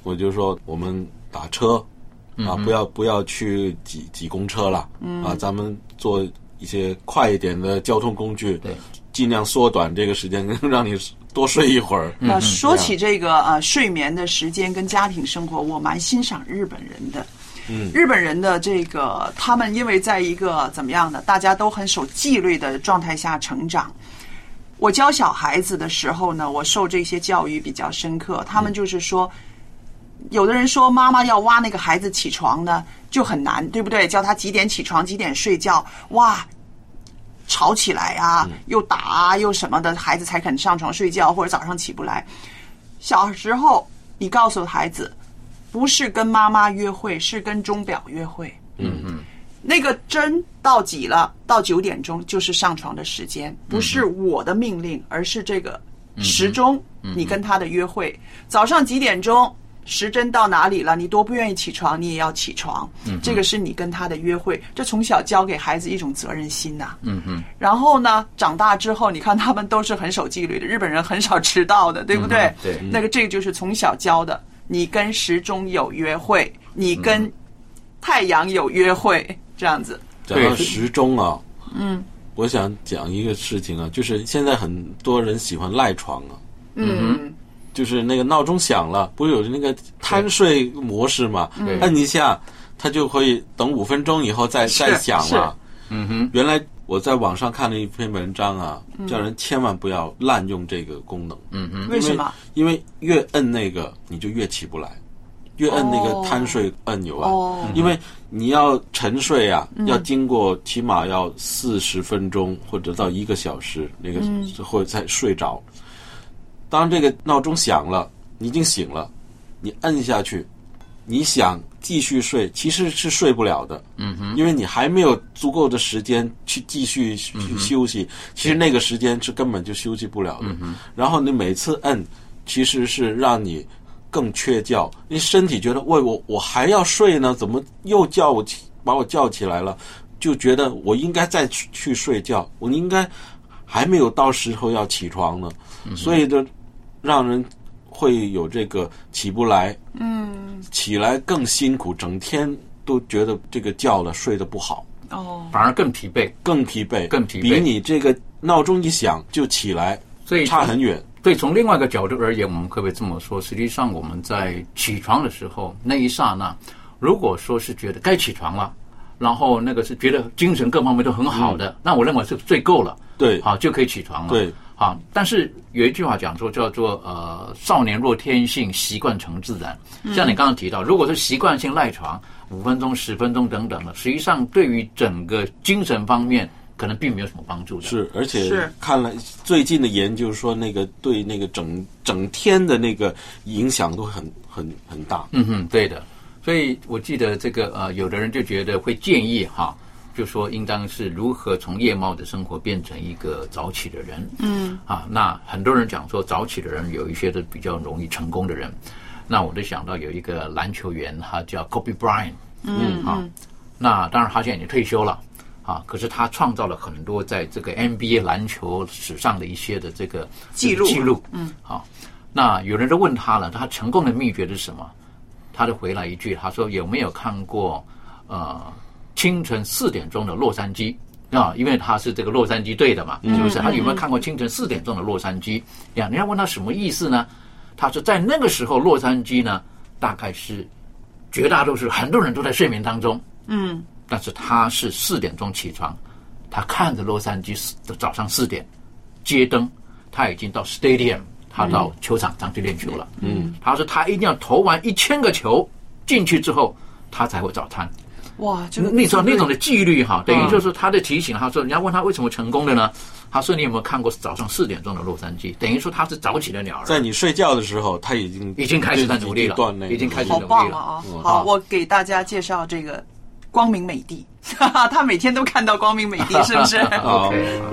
我就说我们打车啊， 嗯、 不要不要去挤挤公车了， 嗯啊，咱们坐一些快一点的交通工具， 对， 尽量缩短这个时间，让你多睡一会儿。 那、嗯、说起这个呃睡眠的时间跟家庭生活，我蛮欣赏日本人的。 嗯， 日本人的这个，他们因为在一个怎么样的，大家都很守纪律的状态下成长。我教小孩子的时候呢，我受这些教育比较深刻。他们就是说，嗯、有的人说妈妈要挖那个孩子起床呢就很难，对不对？叫他几点起床，几点睡觉，哇，吵起来啊，又打啊，又什么的，孩子才肯上床睡觉，或者早上起不来。小时候，你告诉孩子。不是跟妈妈约会，是跟钟表约会。 嗯嗯， 那个针到几了，到九点钟就是上床的时间，不是我的命令，而是这个时钟，你跟他的约会。早上几点钟，时针到哪里了？你多不愿意起床，你也要起床。嗯，这个是你跟他的约会。这从小教给孩子一种责任心呐、啊。 嗯嗯。 然后呢，长大之后，你看他们都是很守纪律的，日本人很少迟到的，对不对？ 嗯、对。 那个这个就是从小教的。你跟时钟有约会，你跟太阳有约会，嗯、这样子。 讲到时钟啊， 嗯， 我想讲一个事情啊，就是现在很多人喜欢赖床啊， 嗯， 就是那个闹钟响了，不是有那个贪睡模式嘛？ 嗯、 按一下，它就会等五分钟以后再再响了。 嗯哼， 原来我在网上看了一篇文章啊，嗯、叫人千万不要滥用这个功能。 嗯哼， 为什么？ 因为越摁那个你就越起不来，越摁那个贪睡按钮啊。 哦、 因为你要沉睡啊， 嗯、 要经过起码要四十分钟或者到一个小时，那个或者才睡着。嗯、当这个闹钟响了，你已经醒了，你摁下去，你想继续睡，其实是睡不了的。 嗯哼， 因为你还没有足够的时间去继续去休息，嗯、其实那个时间是根本就休息不了的。 嗯、 然后你每次摁，其实是让你更缺觉，你身体觉得喂我我还要睡呢，怎么又叫我起把我叫起来了？就觉得我应该再去去睡觉，我应该还没有到时候要起床呢， 嗯、 所以就让人会有这个起不来， 嗯， 起来更辛苦，整天都觉得这个觉了睡得不好， 哦， 反而更疲惫， 更疲惫， 更疲惫， 比你这个闹钟一响就起来， 所以差很远。 所以从另外一个角度而言，我们可不可以这么说？实际上我们在起床的时候那一刹那，如果说是觉得该起床了，然后那个是觉得精神各方面都很好的，嗯、那我认为是睡够了， 对， 好就可以起床了， 对。 好，但是有一句话讲说叫做呃，少年若天性，习惯成自然。像你刚刚提到，如果是习惯性赖床五分钟、十分钟等等的，实际上对于整个精神方面可能并没有什么帮助的。 是，而且看了最近的研究说，那个对那个整整天的那个影响都很很很大。 嗯哼，对的。所以我记得这个呃，有的人就觉得会建议哈。就说应当是如何从夜猫的生活变成一个早起的人。 嗯， 啊，那很多人讲说早起的人有一些是比较容易成功的人。那我就想到有一个篮球员，他叫 Kobe Bryant。 嗯， 啊，那当然他现在已经退休了。啊，可是他创造了很多在这个 N B A 篮球史上的一些的这个记录记录。 嗯， 好，那有人就问他了，他成功的秘诀是什么？他就回来一句，他说有没有看过呃？清晨四点钟的洛杉矶啊，因为他是这个洛杉矶队的嘛，是不是？他有没有看过清晨四点钟的洛杉矶呀？人家问他什么意思呢？他说在那个时候，洛杉矶呢，大概是绝大多数很多人都在睡眠当中， 嗯， 但是他是四点钟起床，他看着洛杉矶的早上四点街灯，他已经到 stadium， 他到球场上去练球了， 嗯， 他说他一定要投完一千个球进去之后，他才会早餐。 哇，这个那种那种的纪律哈，等于就是他的提醒。他说，人家问他为什么成功的呢？他说，你有没有看过早上四点钟的洛杉矶？等于说他是早起的鸟儿。 在你睡觉的时候，他已经已经开始在努力了，已经开始努力了。 好棒啊！好，我给大家介绍这个光明美帝，他每天都看到光明美帝，是不是？ 好。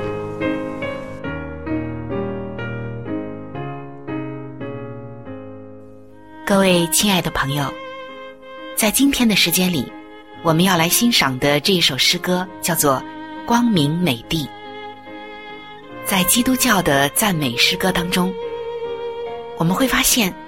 各位亲爱的朋友，在今天的时间里，我们要来欣赏的这一首诗歌叫做《光明美帝》。在基督教的赞美诗歌当中，我们会发现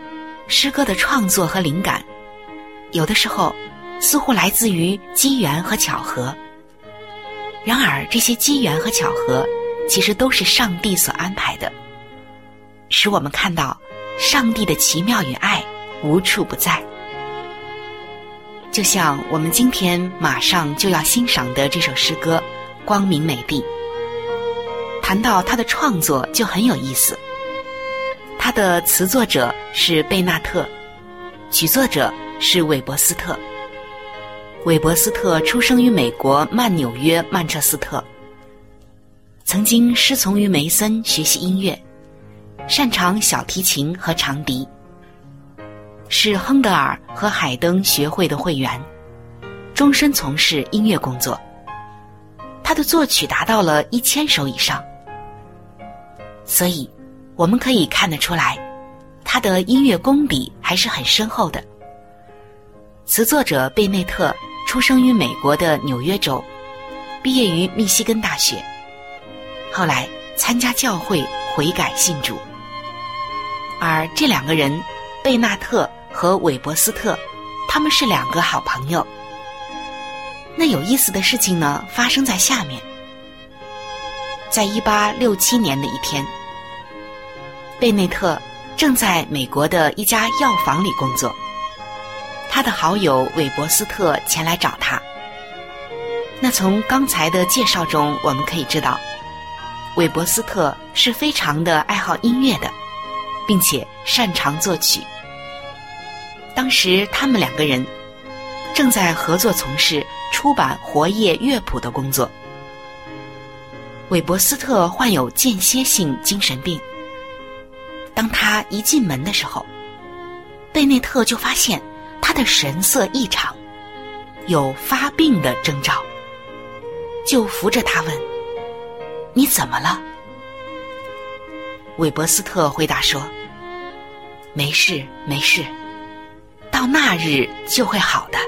诗歌的创作和灵感，有的时候似乎来自于机缘和巧合。然而这些机缘和巧合其实都是上帝所安排的，使我们看到上帝的奇妙与爱无处不在。就像我们今天马上就要欣赏的这首诗歌《光明美地》，谈到它的创作就很有意思。它的词作者是贝纳特，曲作者是韦伯斯特。韦伯斯特出生于美国曼纽约曼彻斯特，曾经师从于梅森学习音乐，擅长小提琴和长笛，是亨德尔和海登学会的会员，终身从事音乐工作。他的作曲达到了一千首以上，所以我们可以看得出来，他的音乐功底还是很深厚的。词作者贝内特出生于美国的纽约州，毕业于密西根大学，后来参加教会悔改信主。而这两个人，贝纳特和韦伯斯特，他们是两个好朋友。那有意思的事情呢，发生在下面。在一八六七年的一天，贝内特正在美国的一家药房里工作，他的好友韦伯斯特前来找他。那从刚才的介绍中我们可以知道，韦伯斯特是非常的爱好音乐的，并且擅长作曲。当时他们两个人正在合作从事出版活页乐谱的工作。韦伯斯特患有间歇性精神病，当他一进门的时候，贝内特就发现他的神色异常，有发病的征兆，就扶着他问：你怎么了？韦伯斯特回答说：没事没事，到那日就会好的。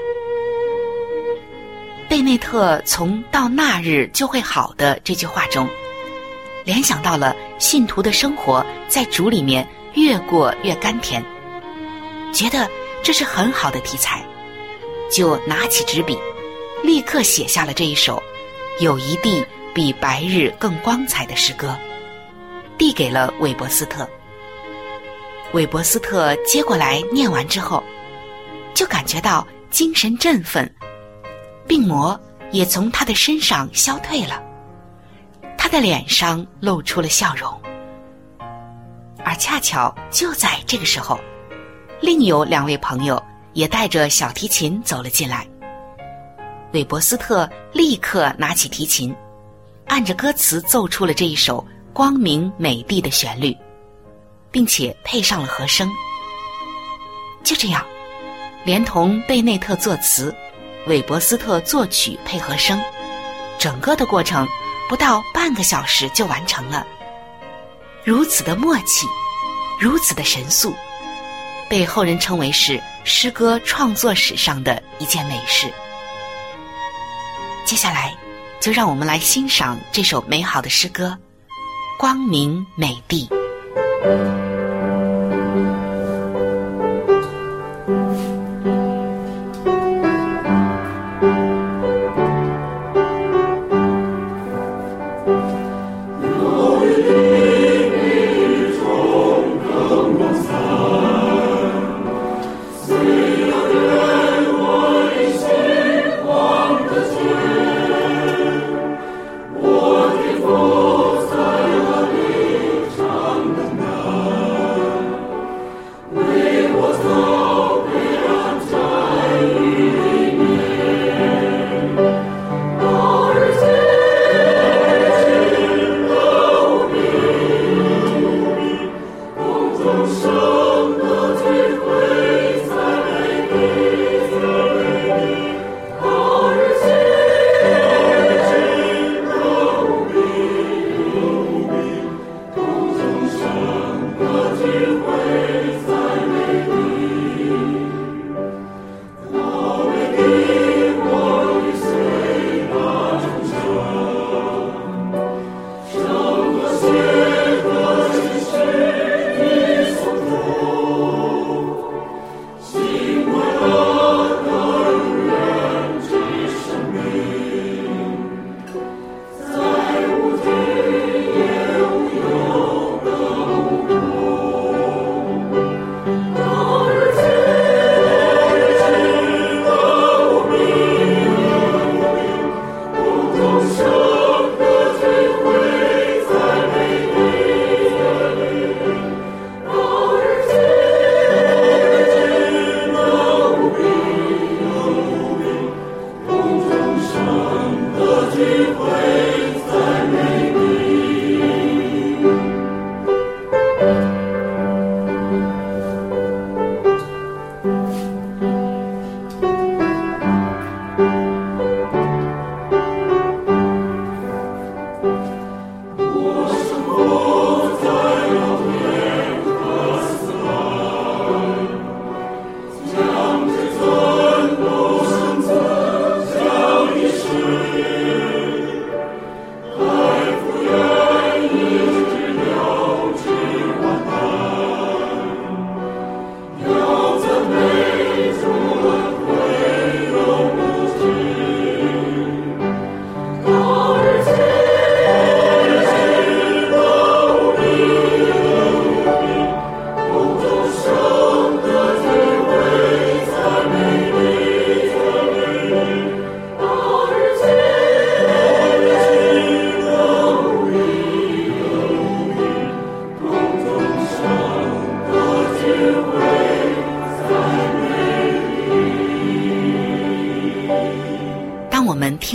贝内特从到那日就会好的这句话中联想到了信徒的生活在主里面越过越甘甜，觉得这是很好的题材，就拿起纸笔立刻写下了这一首有一地比白日更光彩的诗歌，递给了韦伯斯特。韦伯斯特接过来念完之后，就感觉到精神振奋，病魔也从他的身上消退了，他的脸上露出了笑容。而恰巧就在这个时候，另有两位朋友也带着小提琴走了进来。韦伯斯特立刻拿起提琴，按着歌词奏出了这一首光明美地的旋律，并且配上了和声。就这样，连同贝内特作词，韦伯斯特作曲配和声，整个的过程不到半个小时就完成了。如此的默契，如此的神速，被后人称为是诗歌创作史上的一件美事。接下来就让我们来欣赏这首美好的诗歌《光明美地》。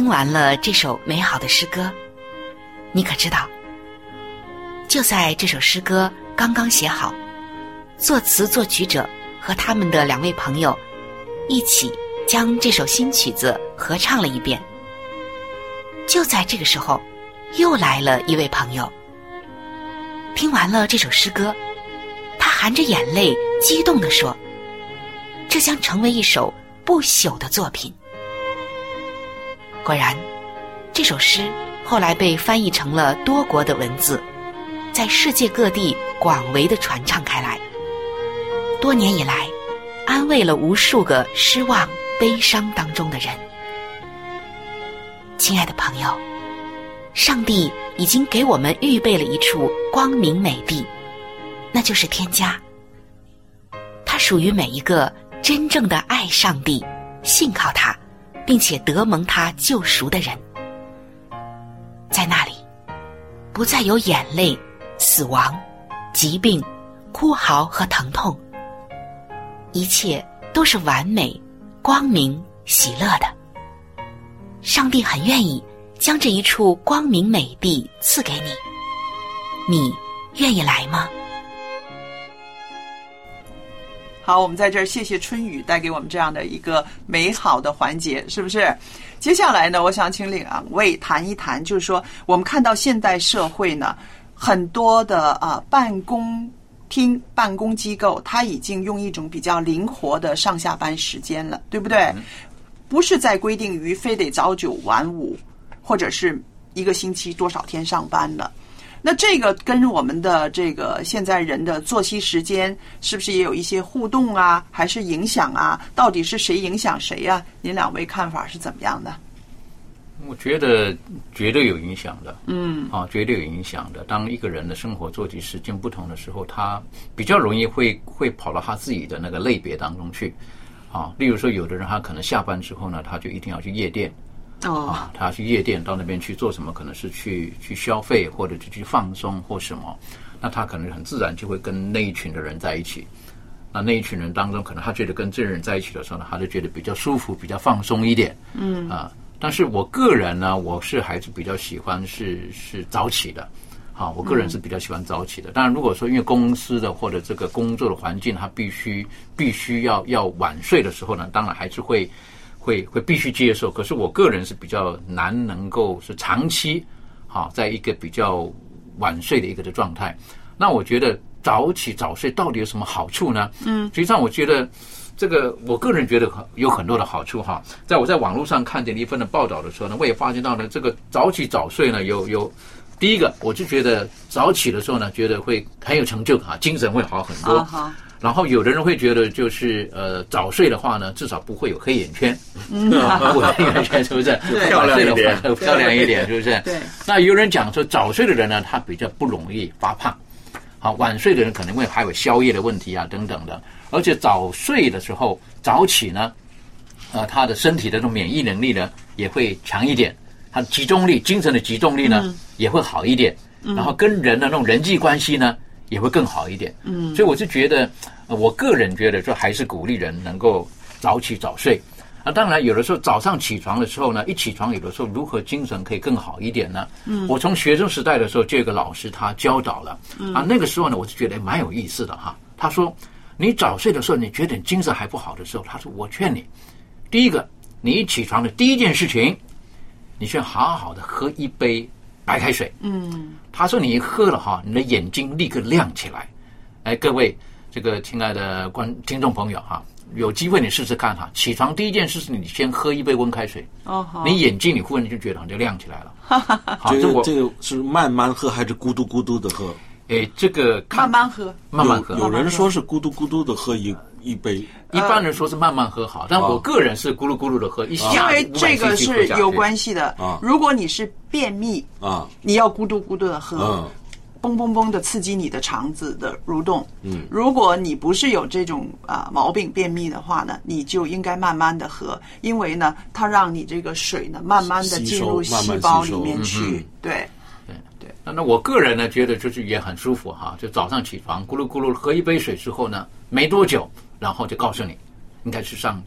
完了这首美好的诗歌，你可知道，就在这首诗歌刚刚写好，作词作曲者和他们的两位朋友一起将这首新曲子合唱了一遍。就在这个时候，又来了一位朋友，听完了这首诗歌，他含着眼泪激动地说，这将成为一首不朽的作品。果然，这首诗后来被翻译成了多国的文字，在世界各地广为的传唱开来。多年以来，安慰了无数个失望悲伤当中的人。亲爱的朋友，上帝已经给我们预备了一处光明美地，那就是天家。它属于每一个真正的爱上帝、信靠他并且得蒙他救赎的人。在那里，不再有眼泪、死亡、疾病、哭嚎和疼痛，一切都是完美、光明、喜乐的。上帝很愿意将这一处光明美地赐给你，你愿意来吗？ 好，我们在这儿谢谢春雨带给我们这样的一个美好的环节，是不是？接下来呢，我想请两位谈一谈，就是说我们看到现代社会呢，很多的啊、呃、办公厅、办公机构，它已经用一种比较灵活的上下班时间了，对不对？嗯，不是再规定于非得早九晚五，或者是一个星期多少天上班了。那这个跟我们的这个现在人的作息时间是不是也有一些互动啊，还是影响啊？到底是谁影响谁啊？您两位看法是怎么样的？ 我觉得绝对有影响的， 嗯， 啊，绝对有影响的。当一个人的生活作息时间不同的时候，他比较容易会会跑到他自己的那个类别当中去。啊，例如说，有的人他可能下班之后呢，他就一定要去夜店。 哦， 啊，他去夜店到那边去做什么？可能是去去消费，或者去放松或什么。那他可能很自然就会跟那一群的人在一起。那那一群人当中，可能他觉得跟这人在一起的时候呢，他就觉得比较舒服，比较放松一点。 嗯啊，但是我个人呢，我是还是比较喜欢是是早起的。啊，我个人是比较喜欢早起的。当然，如果说因为公司的或者这个工作的环境，他必须必须要要晚睡的时候呢，当然还是会。会会必须接受，可是我个人是比较难能够是长期，好、啊、在一个比较晚睡的一个的状态。那我觉得早起早睡到底有什么好处呢？ 嗯， 实际上我觉得这个我个人觉得有很多的好处哈。在我在网络上看见一份的报道的时候呢，我也发现到呢，这个早起早睡呢有有第一个，我就觉得早起的时候呢，觉得会很有成就感，精神会好很多。 啊哈。 然后有的人会觉得，就是呃早睡的话呢，至少不会有黑眼圈， 嗯， 不会有黑眼圈，是不是？ 漂亮一点， 漂亮一点，是不是？ 对。 那有人讲说，早睡的人呢，他比较不容易发胖，好，晚睡的人可能会还有宵夜的问题啊等等的。而且早睡的时候，早起呢，呃，他的身体的这种免疫能力呢也会强一点，他的集中力、精神的集中力呢、嗯、也会好一点，然后跟人的那种人际关系呢。也会更好一点， 嗯， 所以我是觉得，呃、我个人觉得，就还是鼓励人能够早起早睡。啊，当然有的时候早上起床的时候呢，一起床有的时候如何精神可以更好一点呢？ 嗯， 我从学生时代的时候就有一个老师他教导了， 嗯、 啊，那个时候呢，我就觉得蛮有意思的哈。他说，你早睡的时候，你觉得你精神还不好的时候，他说我劝你，第一个，你一起床的第一件事情，你先好好的喝一杯白开水。 嗯， 他说你一喝了哈，你的眼睛立刻亮起来。哎，各位这个亲爱的观听众朋友哈，有机会你试试看哈，起床第一件事是你先喝一杯温开水。 哦，好， 你眼睛你忽然就觉得就亮起来了。 好，这个这个是慢慢喝还是咕嘟咕嘟的喝？ 哎，这个慢慢喝， 慢慢喝。 有, 有人说是咕嘟咕嘟的喝一一杯， 一般人说是慢慢喝好，但我个人是咕噜咕噜的喝，一下因为这个是有关系的。 啊， 如果你是便秘啊， 你要咕嘟咕嘟的喝， 嗯， 嘣嘣嘣的刺激你的肠子的蠕动。 嗯， 如果你不是有这种啊、呃、毛病便秘的话呢，你就应该慢慢的喝，因为呢，它让你这个水呢慢慢的进入细胞里面去。 嗯、 对。 那那我个人呢，觉得就是也很舒服哈，就早上起床咕噜咕噜喝一杯水之后呢，没多久，然后就告诉你，应该去上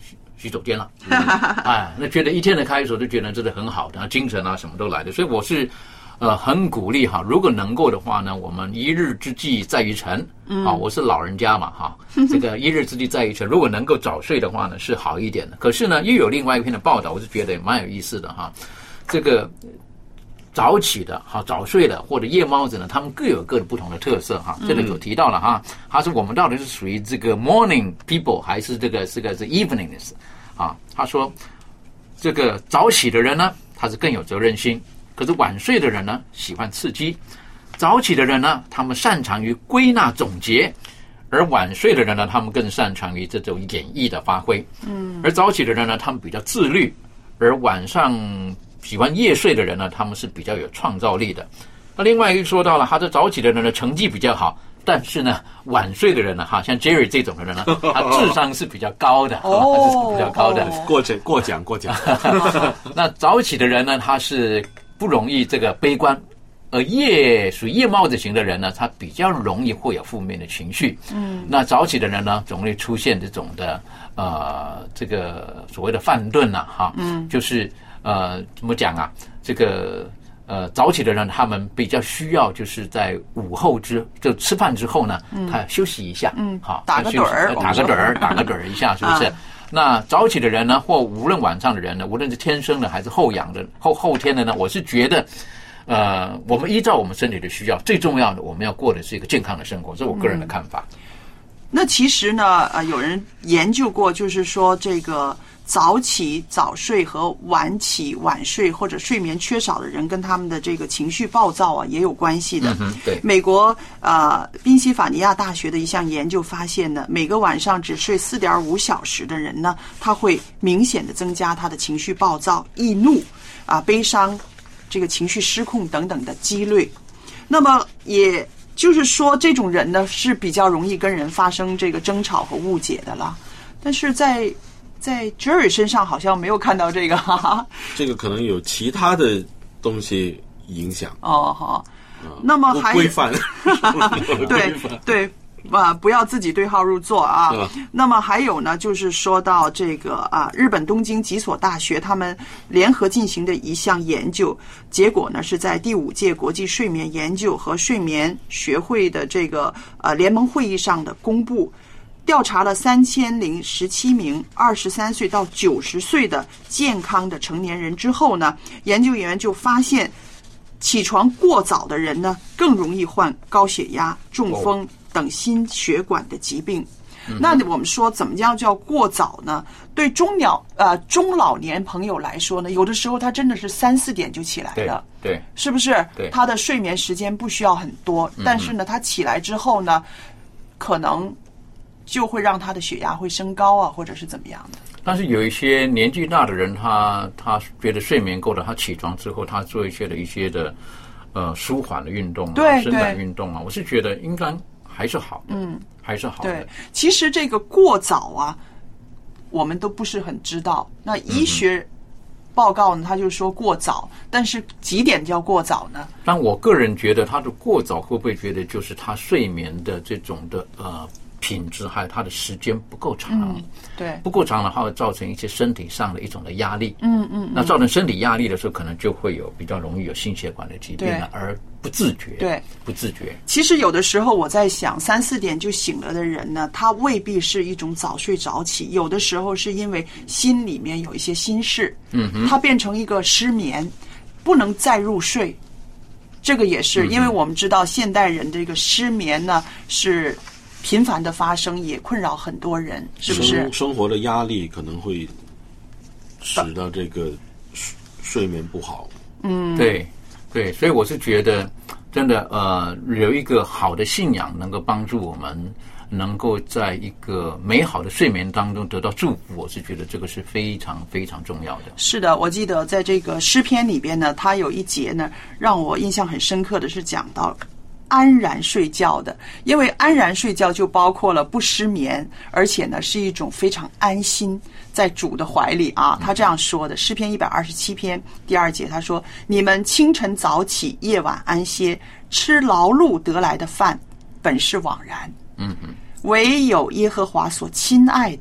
洗手间了，哎，那觉得一天的开手都觉得真的很好，然后精神啊什么都来的，所以我是呃很鼓励哈，如果能够的话呢，我们一日之计在于晨，嗯，啊，我是老人家嘛哈，这个一日之计在于晨，如果能够早睡的话呢是好一点的。可是呢，又有另外一篇的报道，我是觉得也蛮有意思的哈，这个早起的哈，早睡的或者夜猫子呢，他们各有各的不同的特色哈。这里有提到了哈，他说我们到底是属于这个 morning people 还是这个这个是 evenings 啊？他说这个早起的人呢，他是更有责任心，可是晚睡的人呢，喜欢刺激。早起的人呢，他们擅长于归纳总结，而晚睡的人呢，他们更擅长于这种演绎的发挥。嗯，而早起的人呢，他们比较自律，而晚上喜欢夜睡的人呢，他们是比较有创造力的。那另外一个说到了，他的早起的人呢，成绩比较好，但是呢，晚睡的人呢，哈，像 Jerry 这种的人呢，他智商是比较高的，哦，智商比较高的， 过奖过奖过奖。 那早起的人呢，他是不容易这个悲观。而夜属于夜猫子型的人呢，他比较容易会有负面的情绪。嗯，那早起的人呢，总会出现这种的呃，这个所谓的犯顿呐，哈，嗯，就是呃，怎么讲啊？这个呃，早起的人他们比较需要就是在午后之就吃饭之后呢，嗯，他休息一下， 嗯， 好， 打个盹儿， 打个盹儿，打个盹儿一下，是不是？啊，那早起的人呢，或无论晚上的人呢，无论是天生的还是后养的后后天的呢，我是觉得。呃，我们依照我们身体的需要，最重要的我们要过的是一个健康的生活，这是我个人的看法。 嗯，那其实呢，呃，有人研究过，就是说这个早起早睡和晚起晚睡或者睡眠缺少的人，跟他们的这个情绪暴躁啊也有关系的。 嗯，对， 美国呃宾夕法尼亚大学的一项研究发现呢，每个晚上只睡 四点五 小时的人呢，他会明显的增加他的情绪暴躁、易怒啊、悲伤。这个情绪失控等等的几率，那么也就是说，这种人呢是比较容易跟人发生这个争吵和误解的了。但是在在 Jerry 身上好像没有看到这个，哈哈， 这个可能有其他的东西影响。 哦，好，那么还规范， 对对。啊，不要自己对号入座啊！嗯，那么还有呢，就是说到这个啊，日本东京几所大学他们联合进行的一项研究，结果呢是在第五届国际睡眠研究和睡眠学会的这个呃联盟会议上的公布，调查了三千零十七名二十三岁到九十岁的健康的成年人之后呢，研究员就发现，起床过早的人呢，更容易患高血压、中风。哦等心血管的疾病。那我们说怎么样叫过早呢？对中老呃中老年朋友来说呢，有的时候他真的是三四点就起来了， 对， 是不是？ 对， 他的睡眠时间不需要很多，但是呢，他起来之后呢，可能就会让他的血压会升高啊，或者是怎么样的。 但是有一些年纪大的人，他他觉得睡眠够了，他起床之后，他做一些的一些的呃舒缓的运动啊，伸展运动啊，我是觉得应该。还是好的，嗯，还是好的。 对，其实这个过早啊，我们都不是很知道。那医学报告呢，他就说过早，但是几点叫过早呢？ 但我个人觉得，他的过早会不会觉得就是他睡眠的这种的呃品质，还有他的时间不够长？ 嗯，对， 不够长的话，会造成一些身体上的一种的压力。 嗯嗯， 那造成身体压力的时候，可能就会有比较容易有心血管的疾病了，而不自觉。 对， 不自觉。 其实有的时候我在想，三四点就醒了的人呢，他未必是一种早睡早起，有的时候是因为心里面有一些心事，嗯哼，他变成一个失眠，不能再入睡。这个也是，因为我们知道现代人这个失眠呢是频繁的发生，也困扰很多人，是不是？ 生, 生活的压力可能会使到这个睡眠不好。 嗯， 对对，所以我是觉得，真的呃，有一个好的信仰能够帮助我们，能够在一个美好的睡眠当中得到祝福，我是觉得这个是非常非常重要的。 是的，我记得在这个诗篇里边呢，它有一节呢，让我印象很深刻的是讲到安然睡觉的，因为安然睡觉就包括了不失眠，而且呢是一种非常安心在主的怀里啊。他这样说的，诗篇一百二十七篇第二节，他说：你们清晨早起，夜晚安歇，吃劳碌得来的饭，本是枉然。 嗯嗯， 唯有耶和华所亲爱的，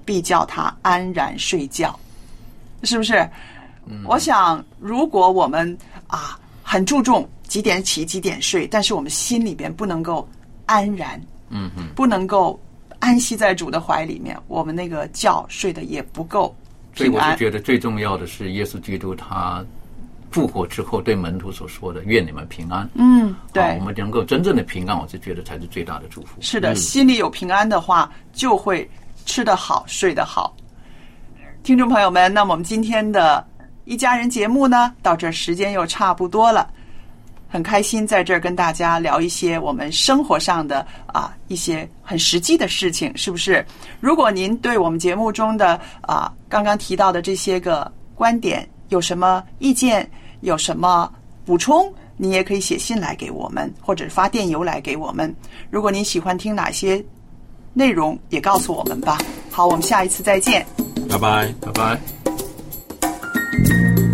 必叫他安然睡觉，是不是？嗯、我想，如果我们啊很注重几点起几点睡，但是我们心里边不能够安然，嗯嗯，不能够安息在主的怀里面，我们那个觉睡得也不够平安。 所以我是觉得最重要的是耶稣基督他复活之后对门徒所说的愿你们平安。 嗯，对， 我们能够真正的平安，我是觉得才是最大的祝福。 是的、嗯、心里有平安的话，就会吃得好睡得好。听众朋友们，那么我们今天的一家人节目呢，到这时间又差不多了，很开心在这儿跟大家聊一些我们生活上的啊一些很实际的事情，是不是？如果您对我们节目中的啊刚刚提到的这些个观点有什么意见，有什么补充，你也可以写信来给我们，或者发电邮来给我们。如果您喜欢听哪些内容，也告诉我们吧。好，我们下一次再见， 拜拜， 拜拜。